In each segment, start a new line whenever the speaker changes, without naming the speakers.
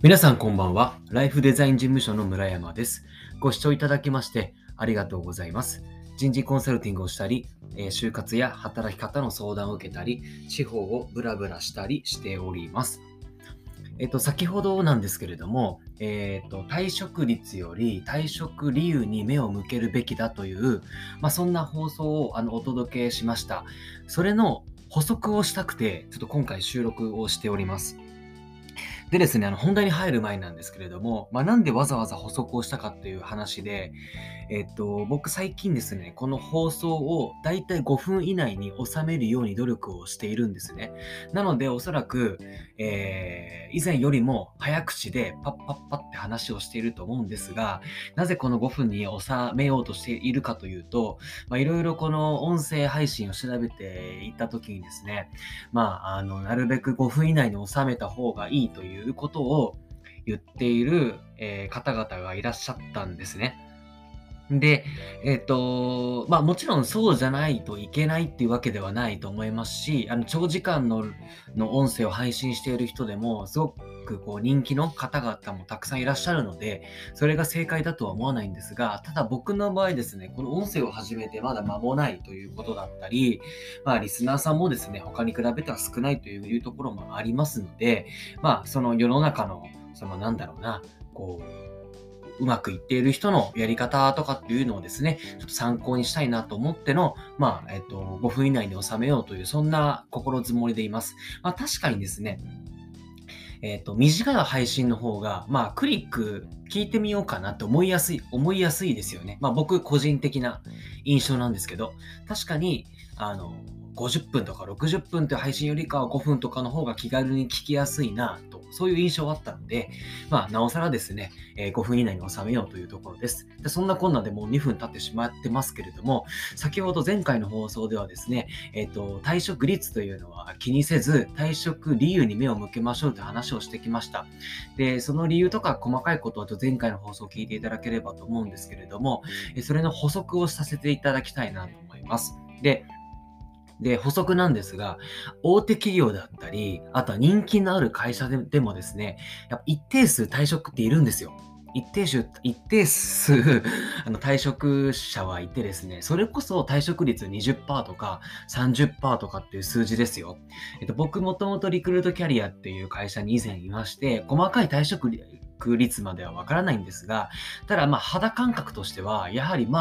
皆さんこんばんは。ライフデザイン事務所の村山です。ご視聴いただきましてありがとうございます。人事コンサルティングをしたり、就活や働き方の相談を受けたり、地方をブラブラしたりしております。先ほどなんですけれども、退職率より退職理由に目を向けるべきだという、そんな放送をお届けしました。それの補足をしたくて、ちょっと今回収録をしております。でですね、本題に入る前なんですけれども、なんでわざわざ補足をしたかっていう話で、僕最近ですね、この放送をだいたい5分以内に収めるように努力をしているんですね。なので、おそらく、以前よりも早口でパッパッパって話をしていると思うんですが、なぜこの5分に収めようとしているかというと、いろいろこの音声配信を調べていった時にですね、なるべく5分以内に収めた方がいいということを言っている、方々がいらっしゃったんですね。で、もちろんそうじゃないといけないっていうわけではないと思いますし、長時間の音声を配信している人でも、すごくこう人気の方々もたくさんいらっしゃるので、それが正解だとは思わないんですが、ただ僕の場合ですね、この音声を始めてまだ間もないということだったり、リスナーさんもですね、他に比べては少ないというところもありますので、その世の中の、うまくいっている人のやり方とかっていうのをですね、ちょっと参考にしたいなと思っての、5分以内に収めようという、そんな心づもりでいます。確かにですね、短い配信の方が、クリック聞いてみようかなって思いやすいですよね。僕個人的な印象なんですけど、確かに、50分とか60分という配信よりかは5分とかの方が気軽に聞きやすいなと、そういう印象はあったので、なおさらですね、5分以内に収めようというところです。で、そんなこんなでもう2分経ってしまってますけれども、先ほど前回の放送ではですね、退職率というのは気にせず、退職理由に目を向けましょうという話をしてきました。で、その理由とか細かいことは前回の放送を聞いていただければと思うんですけれども、それの補足をさせていただきたいなと思います。で、補足なんですが、大手企業だったり、あとは人気のある会社でもですね、やっぱ一定数退職っているんですよ。一定数退職者はいてですね、それこそ退職率20%とか30%とかっていう数字ですよ。僕もともとリクルートキャリアっていう会社に以前いまして、細かい退職率まではわからないんですが、ただ肌感覚としては、やはり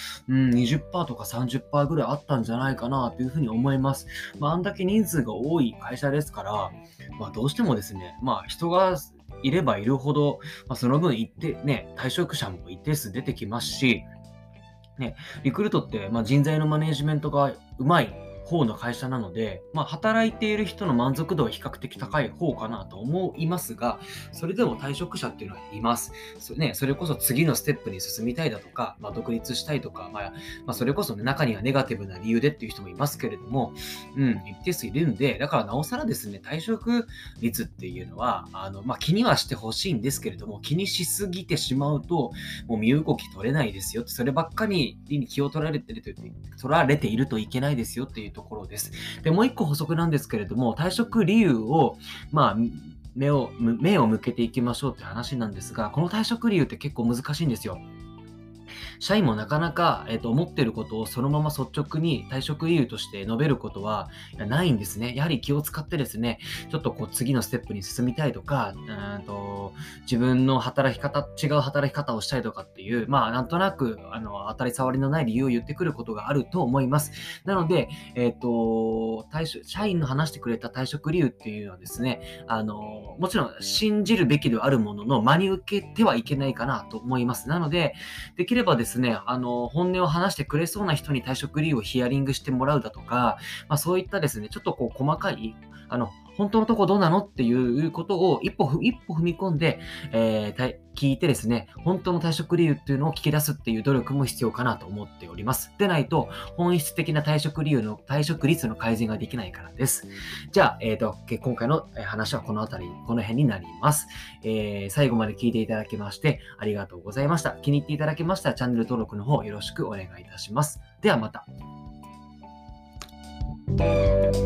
20%とか30%ぐらいあったんじゃないかなというふうに思います。あんだけ人数が多い会社ですから、どうしてもですね、人がいればいるほど、その分退職者も一定数出てきますし、リクルートって、人材のマネジメントがうまい方の会社なので、働いている人の満足度は比較的高い方かなと思いますが、それでも退職者っていうのはいます。それこそ次のステップに進みたいだとか、独立したいとか、それこそね、中にはネガティブな理由でっていう人もいますけれども、一定数いるんで、だからなおさらですね、退職率っていうのは、気にはしてほしいんですけれども、気にしすぎてしまうと、もう身動き取れないですよって、そればっかりに気を取られているといけないですよっていうところです。で、もう一個補足なんですけれども、退職理由を、目を向けていきましょうって話なんですが、この退職理由って結構難しいんですよ。社員もなかなか、思っていることをそのまま率直に退職理由として述べることはないんですね。やはり気を使ってですね、ちょっとこう次のステップに進みたいとか、自分の違う働き方をしたいとかっていう、なんとなく、当たり障りのない理由を言ってくることがあると思います。なので、社員の話してくれた退職理由っていうのはですね、もちろん信じるべきではあるものの、真に受けてはいけないかなと思います。なので、できればですね、本音を話してくれそうな人に退職理由をヒアリングしてもらうだとか、そういったですね、ちょっとこう細かい、本当のとこどうなのっていうことを一歩踏み込んで、聞いてですね、本当の退職理由っていうのを聞き出すっていう努力も必要かなと思っております。でないと、本質的な退職率の改善ができないからです。じゃあ、今回の話はこの辺になります。最後まで聞いていただきましてありがとうございました。気に入っていただけましたらチャンネル登録の方よろしくお願いいたします。ではまた。